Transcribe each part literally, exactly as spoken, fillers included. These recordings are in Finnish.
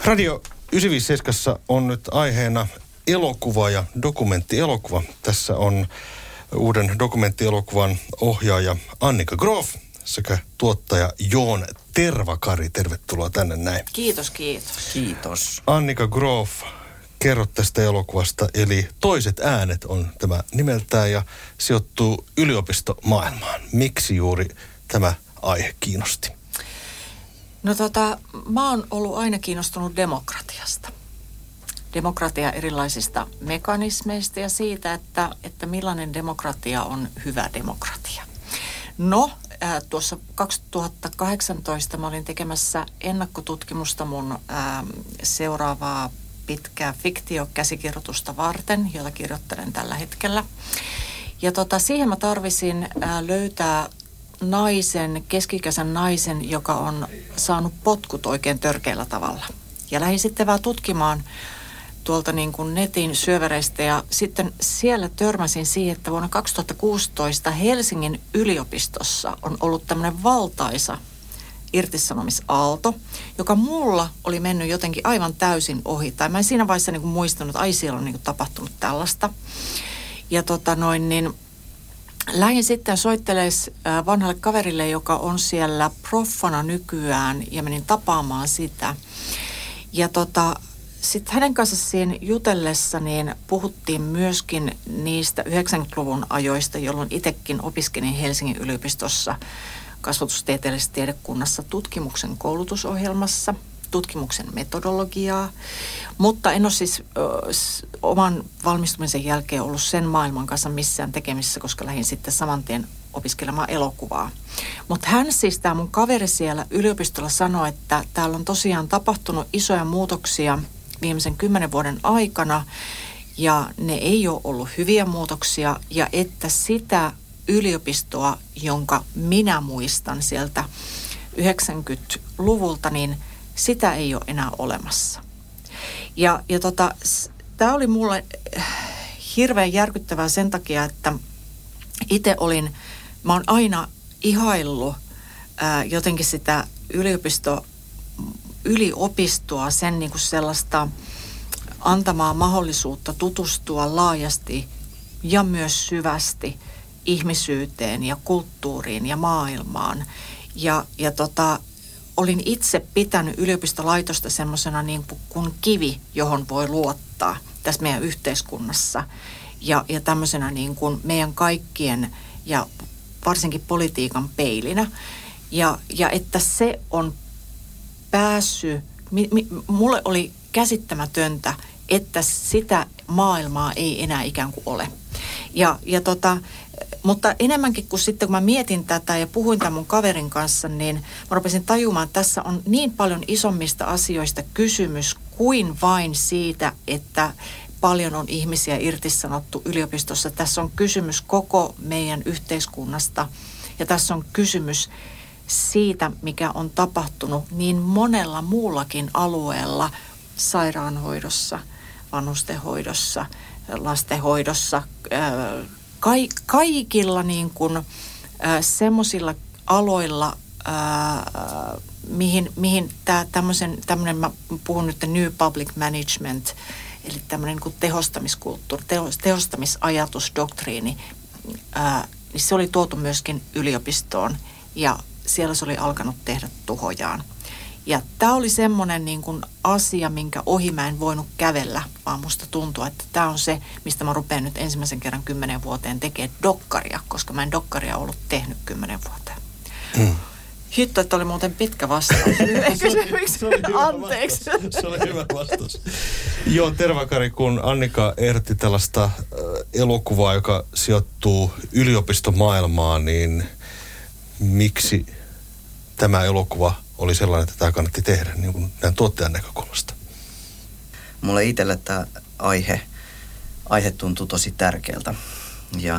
Radio yhdeksänsataaviisikymmentäseitsemän on nyt aiheena elokuva ja dokumenttielokuva. Tässä on uuden dokumenttielokuvan ohjaaja Annika Groof sekä tuottaja Joon Tervakari. Tervetuloa tänne näin. Kiitos, kiitos. Kiitos. Annika Groof, kerro tästä elokuvasta, eli Toiset äänet on tämä nimeltään ja sijoittuu yliopistomaailmaan. Miksi juuri tämä aihe kiinnosti? No tota, mä oon ollut aina kiinnostunut demokratiasta. Demokratia erilaisista mekanismeista ja siitä, että, että millainen demokratia on hyvä demokratia. No, äh, tuossa kaksituhattakahdeksantoista mä olin tekemässä ennakkotutkimusta mun äh, seuraavaa pitkää fiktiokäsikirjoitusta varten, jota kirjoittelen tällä hetkellä. Ja tota, siihen mä tarvisin äh, löytää naisen, keski-ikäisen naisen, joka on saanut potkut oikein törkeällä tavalla. Ja lähdin sitten vaan tutkimaan tuolta niin kuin netin syövereistä ja sitten siellä törmäsin siihen, että vuonna kaksituhattakuusitoista Helsingin yliopistossa on ollut tämmöinen valtaisa irtisanomisaalto, joka mulla oli mennyt jotenkin aivan täysin ohi. Tai mä en siinä vaiheessa niin kuin muistanut, että ai siellä on niin kuin tapahtunut tällaista. Ja tota noin niin lähdin sitten soittelemaan vanhalle kaverille, joka on siellä proffana nykyään ja menin tapaamaan sitä. Ja tota, sitten hänen kanssa siinä jutellessa niin puhuttiin myöskin niistä yhdeksänkymmentäluvun ajoista, jolloin itsekin opiskelin Helsingin yliopistossa kasvatustieteellisessä tiedekunnassa tutkimuksen koulutusohjelmassa, tutkimuksen metodologiaa, mutta en ole siis ö, oman valmistumisen jälkeen ollut sen maailman kanssa missään tekemisissä, koska lähdin sitten saman tien opiskelemaan elokuvaa. Mutta hän siis, tämä mun kaveri siellä yliopistolla sanoi, että täällä on tosiaan tapahtunut isoja muutoksia viimeisen kymmenen vuoden aikana ja ne ei ole ollut hyviä muutoksia ja että sitä yliopistoa, jonka minä muistan sieltä yhdeksänkymmentäluvulta, niin sitä ei ole enää olemassa. Ja, ja tota, tämä oli mulle hirveän järkyttävää sen takia, että itse olin, mä oon aina ihaillut ää, jotenkin sitä yliopisto, yliopistoa, sen niin kuin sellaista antamaa mahdollisuutta tutustua laajasti ja myös syvästi ihmisyyteen ja kulttuuriin ja maailmaan. Ja, ja tota, olin itse pitänyt yliopistolaitosta semmoisena niin kuin kivi, johon voi luottaa tässä meidän yhteiskunnassa. Ja, ja tämmöisenä niin kuin meidän kaikkien ja varsinkin politiikan peilinä. Ja, ja että se on päässyt, mi, mi, mulle oli käsittämätöntä, että sitä maailmaa ei enää ikään kuin ole. Ja, ja tota, mutta enemmänkin kuin sitten, kun mä mietin tätä ja puhuin tämän mun kaverin kanssa, niin mä rupesin tajumaan, että tässä on niin paljon isommista asioista kysymys kuin vain siitä, että paljon on ihmisiä irtisanottu yliopistossa. Tässä on kysymys koko meidän yhteiskunnasta ja tässä on kysymys siitä, mikä on tapahtunut niin monella muullakin alueella, sairaanhoidossa, vanhustenhoidossa, lastenhoidossa, ka- kaikilla niin kuin semmoisilla aloilla, ää, mihin, mihin tämä tämmöisen, tämmöinen, mä puhun nyt New Public Management, eli tämmöinen niin kuin tehostamiskulttuuri, tehostamisajatus, doktriini, ää, niin se oli tuotu myöskin yliopistoon ja siellä se oli alkanut tehdä tuhojaan. Ja tämä oli semmoinen niin kuin asia, minkä ohi mä en voinut kävellä, vaan musta tuntuu, että tämä on se, mistä mä rupean nyt ensimmäisen kerran kymmenen vuoteen tekemään dokkaria, koska mä en dokkaria ollut tehnyt kymmenen vuoteen. Mm. Hitto, että oli muuten pitkä vastaus. Anteeksi. Se oli hyvä vastaus. Joo, Tervakari, kun Annika ehdotti tällaista äh, elokuvaa, joka sijoittuu yliopistomaailmaan, niin miksi tämä elokuva oli sellainen, että tämä kannatti tehdä niin kuin näin tuottajan näkökulmasta? Mulle itselle tämä aihe, aihe tuntui tosi tärkeältä. Ja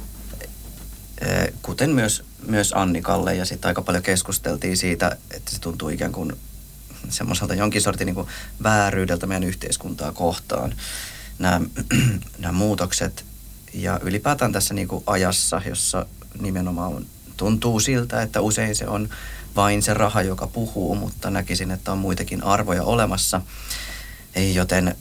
kuten myös, myös Annikalle, ja sitten aika paljon keskusteltiin siitä, että se tuntuu ikään kuin semmoiselta jonkin sortin niin kuin vääryydeltä meidän yhteiskuntaa kohtaan. Nämä, nämä muutokset ja ylipäätään tässä niin kuin ajassa, jossa nimenomaan tuntuu siltä, että usein se on vain se raha, joka puhuu, mutta näkisin, että on muitakin arvoja olemassa. Joten,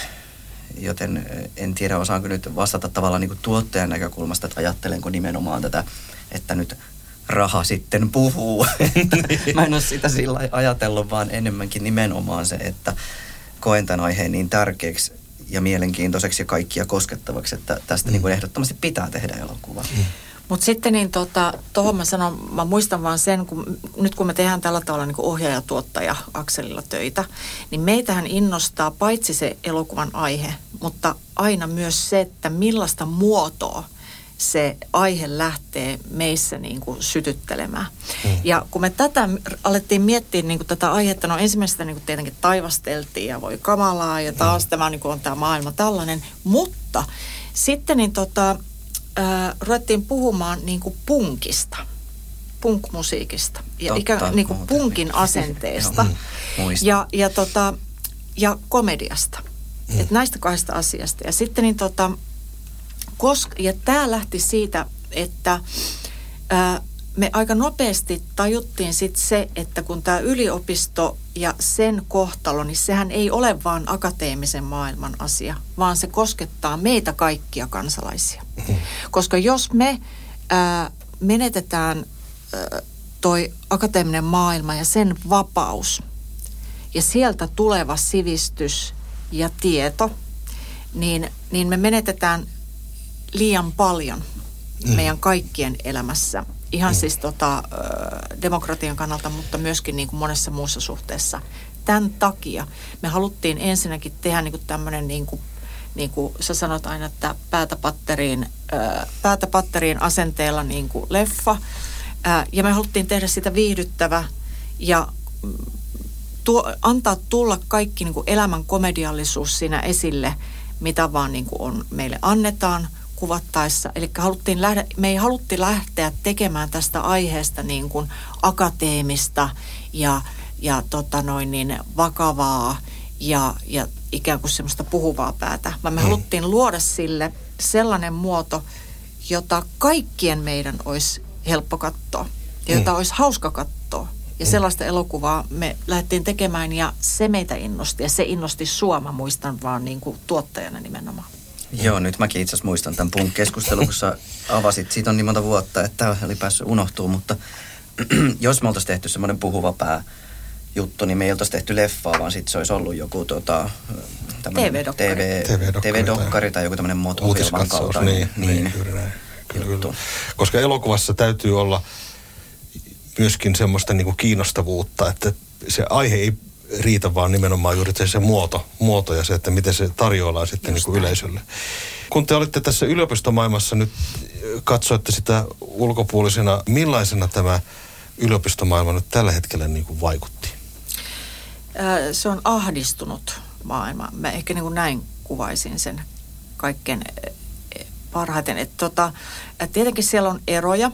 joten en tiedä, osaanko nyt vastata tavallaan niin kuin tuottajan näkökulmasta, että ajattelenko nimenomaan tätä, että nyt raha sitten puhuu. Mä en ole sitä sillä ajatellut, vaan enemmänkin nimenomaan se, että koen tämän aiheen niin tärkeäksi ja mielenkiintoiseksi ja kaikkia koskettavaksi, että tästä mm. niin kuin ehdottomasti pitää tehdä elokuva. Mm. Mutta sitten niin tota, tuohon mä sanon, mä muistan vaan sen, kun nyt kun me tehdään tällä tavalla niin kuin ohjaaja-tuottaja akselilla töitä, niin meitähän innostaa paitsi se elokuvan aihe, mutta aina myös se, että millaista muotoa se aihe lähtee meissä niin kuin sytyttelemään. Mm. Ja kun me tätä alettiin miettiä niin kuin tätä aihetta, no ensimmäistä niin kuin tietenkin taivasteltiin ja voi kamalaa ja taas mm. tämä niin kuin on tämä maailma tällainen, mutta sitten niin tota, äh, ruvettiin puhumaan niin kuin punkista, punk-musiikista ja ikään niin kuin punkin asenteesta mm. ja, ja, tota, ja komediasta. Mm. Et näistä kahdesta asiasta. Ja sitten niin tota, Koska, ja tämä lähti siitä, että ää, me aika nopeasti tajuttiin sit se, että kun tämä yliopisto ja sen kohtalo, niin sehän ei ole vaan akateemisen maailman asia, vaan se koskettaa meitä kaikkia kansalaisia. Mm-hmm. Koska jos me ää, menetetään ää, toi akateeminen maailma ja sen vapaus ja sieltä tuleva sivistys ja tieto, niin, niin me menetetään liian paljon mm. meidän kaikkien elämässä. Ihan mm. siis tota, demokratian kannalta, mutta myöskin niin kuin monessa muussa suhteessa. Tämän takia me haluttiin ensinnäkin tehdä niin kuin tämmöinen, niin kuin, niin kuin sä sanot aina, että päätä patteriin, päätä patteriin asenteella niin kuin leffa. Ja me haluttiin tehdä sitä viihdyttävä ja tuo, antaa tulla kaikki niin kuin elämän komediallisuus siinä esille, mitä vaan niin kuin on, meille annetaan kuvattaessa. Eli haluttiin lähde, me ei haluttiin lähteä tekemään tästä aiheesta niin kuin akateemista ja, ja tota noin niin vakavaa ja, ja ikään kuin semmoista puhuvaa päätä, vaan me mm. haluttiin luoda sille sellainen muoto, jota kaikkien meidän olisi helppo katsoa ja jota mm. olisi hauska katsoa. Ja sellaista elokuvaa me lähdettiin tekemään ja se meitä innosti ja se innosti sua, mä muistan vaan niin kuin tuottajana nimenomaan. Joo, nyt mäkin itse asiassa muistan tämän punk-keskustelun, kun sä avasit. Siitä on niin monta vuotta, että tämä oli päässyt unohtumaan, mutta jos me oltaisiin tehty semmoinen puhuva pää juttu, niin me ei oltaisi tehty leffaa, vaan sitten se olisi ollut joku tota, T V-dokkari. T V-dokkari tai joku tämmöinen mot-ohjelman kaltainen. Niin, niin, niin, kyllä, kyllä, kyllä. Koska elokuvassa täytyy olla myöskin semmoista niin kuin kiinnostavuutta, että se aihe ei riitä vaan nimenomaan juuri se muoto, muoto ja se, että miten se tarjoillaan sitten niin kuin yleisölle. Kun te olitte tässä yliopistomaailmassa nyt, katsoitte sitä ulkopuolisena, millaisena tämä yliopistomaailma nyt tällä hetkellä niin kuin vaikutti? Se on ahdistunut maailma. Mä ehkä niin kuin näin kuvaisin sen kaikkein parhaiten. Että tota, että tietenkin siellä on eroja.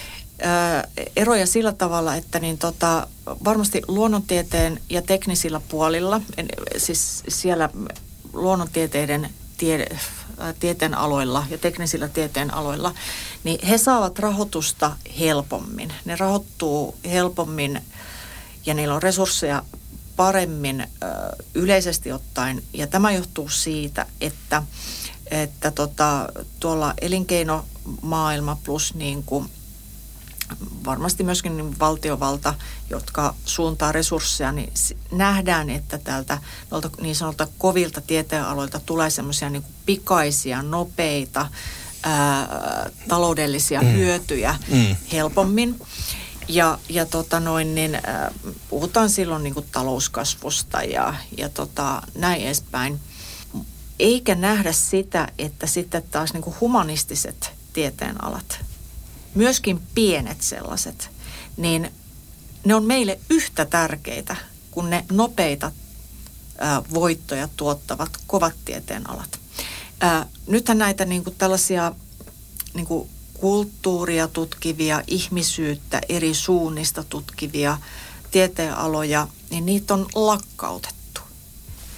eroja sillä tavalla, että niin tota, varmasti luonnontieteen ja teknisillä puolilla, siis siellä luonnontieteiden tie, tieteen aloilla ja teknisillä tieteen aloilla, niin he saavat rahoitusta helpommin. Ne rahoittuu helpommin ja niillä on resursseja paremmin ö, yleisesti ottaen. Ja tämä johtuu siitä, että, että tota, tuolla elinkeino-maailma plus niin kuin varmasti myöskin valtiovalta, jotka suuntaa resursseja, niin nähdään, että täältä niin sanolta kovilta tieteenaloilta tulee semmoisia niin kuin pikaisia, nopeita ää, taloudellisia mm. hyötyjä mm. helpommin. Ja, ja tota noin, niin, ää, puhutaan silloin niin kuin talouskasvusta ja, ja tota, näin edespäin. Eikä nähdä sitä, että sitten taas niin kuin humanistiset tieteenalat, myöskin pienet sellaiset, niin ne on meille yhtä tärkeitä kuin ne nopeita ää, voittoja tuottavat kovat tieteen alat. Ää, nythän näitä niin kuin tällaisia niin kuin kulttuuria tutkivia, ihmisyyttä eri suunnista tutkivia tieteenaloja, niin niitä on lakkautettu.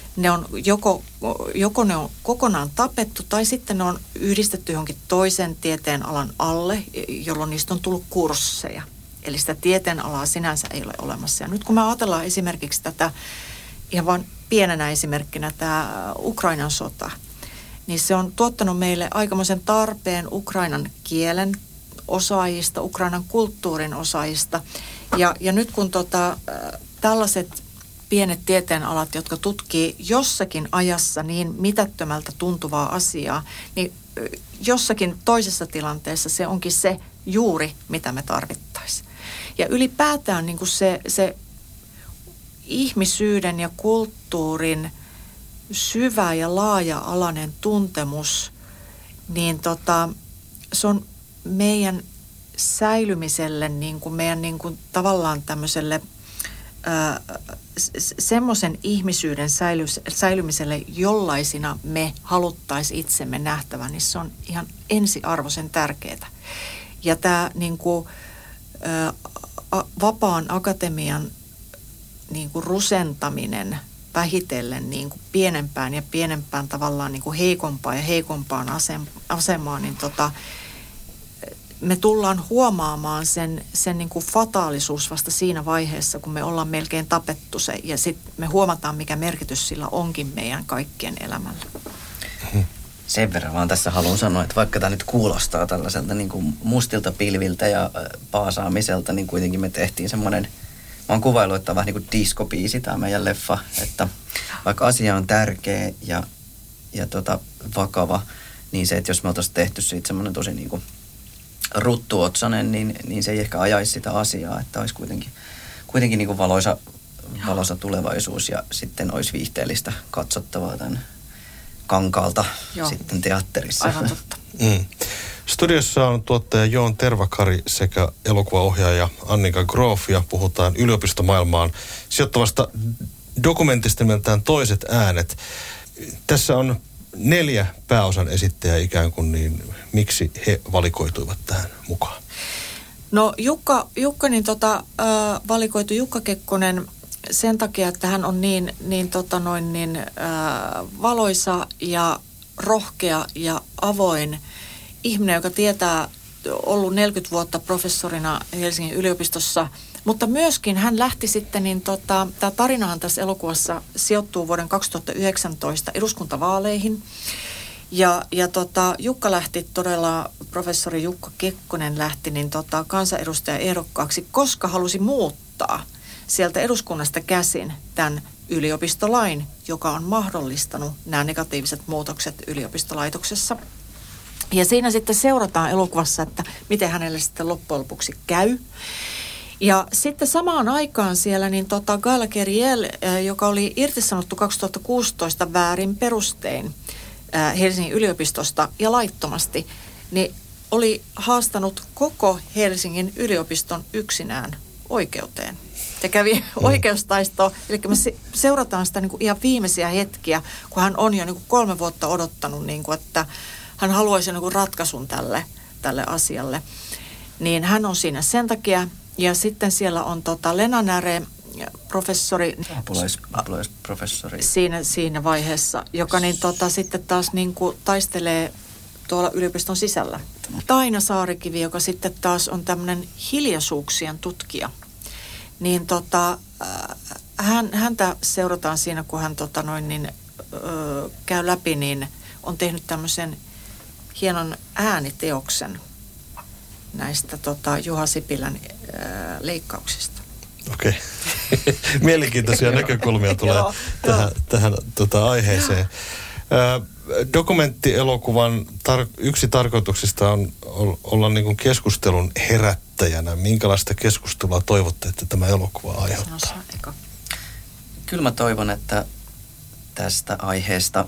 ne on joko, joko ne on kokonaan tapettu tai sitten ne on yhdistetty johonkin toisen tieteenalan alle, jolloin niistä on tullut kursseja. Eli sitä tieteenalaa sinänsä ei ole olemassa. Ja nyt kun me ajatellaan esimerkiksi tätä, ihan vain pienenä esimerkkinä tämä Ukrainan sota, niin se on tuottanut meille aikamoisen tarpeen Ukrainan kielen osaajista, Ukrainan kulttuurin osaajista. Ja, ja nyt kun tota, tällaiset pienet tieteenalat, jotka tutkii jossakin ajassa niin mitättömältä tuntuvaa asiaa, niin jossakin toisessa tilanteessa se onkin se juuri, mitä me tarvittaisiin. Ja ylipäätään niin kuin se, se ihmisyyden ja kulttuurin syvä ja laaja-alainen tuntemus, niin tota, se on meidän säilymiselle, niin kuin meidän niin kuin tavallaan tämmöiselle semmoisen ihmisyyden säily, säilymiselle, jollaisina me haluttaisiin itsemme nähtävän, niin se on ihan ensiarvoisen tärkeää. Ja tämä niin kuin, ä, a, vapaan akatemian niin kuin rusentaminen vähitellen niin kuin pienempään ja pienempään tavallaan niin kuin heikompaan ja heikompaan asemaan, niin tota, me tullaan huomaamaan sen, sen niin kuin fataalisuus vasta siinä vaiheessa, kun me ollaan melkein tapettu se ja sitten me huomataan, mikä merkitys sillä onkin meidän kaikkien elämällä. Sen verran vaan tässä haluan sanoa, että vaikka tämä nyt kuulostaa tällaiselta niin kuin mustilta pilviltä ja paasaamiselta, niin kuitenkin me tehtiin semmoinen, mä oon kuvailu, että on vähän niin kuin diskobiisi tämä meidän leffa, että vaikka asia on tärkeä ja, ja tota, vakava, niin se, että jos me oltaisiin tehty siitä semmoinen tosi niin kuin ruttuotsainen, niin, niin se ei ehkä ajaisi sitä asiaa, että olisi kuitenkin, kuitenkin niin kuin valoisa, valoisa tulevaisuus ja sitten olisi viihteellistä katsottavaa tämän kankaalta Joo. sitten teatterissa. Aivan totta. Mm. Studiossa on tuottaja Joon Tervakari sekä elokuvaohjaaja Annika Groof ja puhutaan yliopistomaailmaan sijoittavasta dokumentista nimeltään Toiset äänet. Tässä on neljä pääosan esittäjää ikään kuin, niin miksi he valikoituivat tähän mukaan? No Jukka, Jukka niin tota, äh, valikoitu Jukka Kekkonen sen takia, että hän on niin, niin, tota noin, niin äh, valoisa ja rohkea ja avoin ihminen, joka tietää, ollut neljäkymmentä vuotta professorina Helsingin yliopistossa, mutta myöskin hän lähti sitten, niin tota, tämä tarinahan tässä elokuvassa sijoittuu vuoden kaksituhattayhdeksäntoista eduskuntavaaleihin. Ja, ja tota, Jukka lähti todella, professori Jukka Kekkonen lähti niin tota, kansanedustajaehdokkaaksi, koska halusi muuttaa sieltä eduskunnasta käsin tämän yliopistolain, joka on mahdollistanut nämä negatiiviset muutokset yliopistolaitoksessa. Ja siinä sitten seurataan elokuvassa, että miten hänelle sitten loppujen lopuksi käy. Ja sitten samaan aikaan siellä niin tota Gaila Keriel, joka oli irtisanottu kaksituhattakuusitoista väärin perustein Helsingin yliopistosta ja laittomasti, niin oli haastanut koko Helsingin yliopiston yksinään oikeuteen. Ja kävi oikeustaistoa, eli me seurataan sitä niin kuin ihan viimeisiä hetkiä, kun hän on jo niin kuin kolme vuotta odottanut, niin kuin, että hän haluaisi niin kuin ratkaisun tälle, tälle asialle. Niin hän on siinä sen takia. Ja sitten siellä on tota Lena Näre, professori, Apulais, apulaisprofessori. Siinä, siinä vaiheessa, joka niin tota, sitten taas niin kuin taistelee tuolla yliopiston sisällä. Taina Saarikivi, joka sitten taas on tämmöinen hiljaisuuksien tutkija. Niin tota, hän, häntä seurataan siinä, kun hän tota noin niin, ö, käy läpi, niin on tehnyt tämmöisen hienon ääniteoksen näistä tota, Juha Sipilän ää, leikkauksista. Okei. Okay. Mielenkiintoisia näkökulmia tulee joo, tähän, joo. tähän tota, aiheeseen. Ää, dokumenttielokuvan tar- yksi tarkoituksista on olla niin kuin keskustelun herättäjänä. Minkälaista keskustelua toivotte, että tämä elokuva aiheuttaa? Kyllä mä toivon, että tästä aiheesta...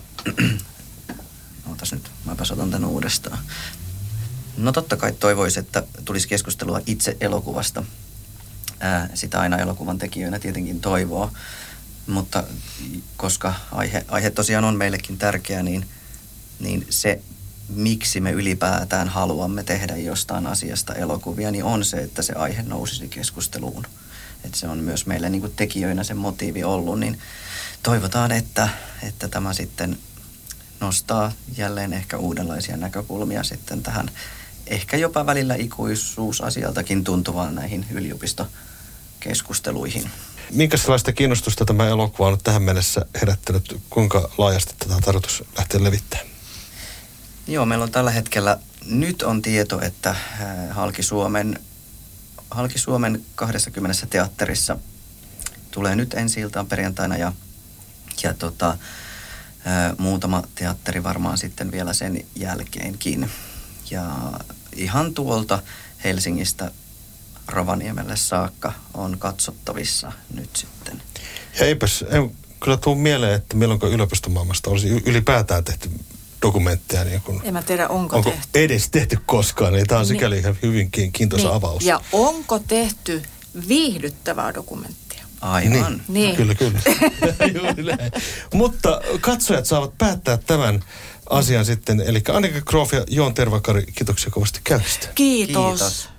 Ootas nyt, mäpäs otan tän uudestaan. No totta kai toivoisi, että tulisi keskustelua itse elokuvasta. Ää, sitä aina elokuvan tekijöinä tietenkin toivoo. Mutta koska aihe, aihe tosiaan on meillekin tärkeä, niin, niin se, miksi me ylipäätään haluamme tehdä jostain asiasta elokuvia, niin on se, että se aihe nousisi keskusteluun. Että se on myös meille niin kuin tekijöinä se motiivi ollut. Niin toivotaan, että, että tämä sitten nostaa jälleen ehkä uudenlaisia näkökulmia sitten tähän ehkä jopa välillä ikuisuusasialtakin tuntuvaan näihin yliopistokeskusteluihin. Minkälaista kiinnostusta tämä elokuva on tähän mennessä herättänyt? Kuinka laajasti tätä on tarkoitus lähteä levittämään? Joo, meillä on tällä hetkellä, nyt on tieto, että Halki-Suomen, Halki-Suomen kaksikymmentä teatterissa tulee nyt ensi-iltaan perjantaina ja, ja tota, ää, muutama teatteri varmaan sitten vielä sen jälkeenkin. Ja ihan tuolta Helsingistä Rovaniemelle saakka on katsottavissa nyt sitten. Ja eipäs, ei kyllä tule mieleen, että milloinko yliopistomaailmasta olisi ylipäätään tehty dokumentteja. Niin kun, en mä tiedä, onko, onko tehty. edes tehty koskaan, niin tämä on sikäli niin, ihan hyvin kiintoisa niin, avaus. Ja onko tehty viihdyttävää dokumenttia? Aivan. Niin, niin. Kyllä, kyllä. Juuri näin. Mutta katsojat saavat päättää tämän asian sitten. Eli Annika Kroof ja Joon Tervakari, kiitoksia kovasti käytöstä. Kiitos. Kiitos.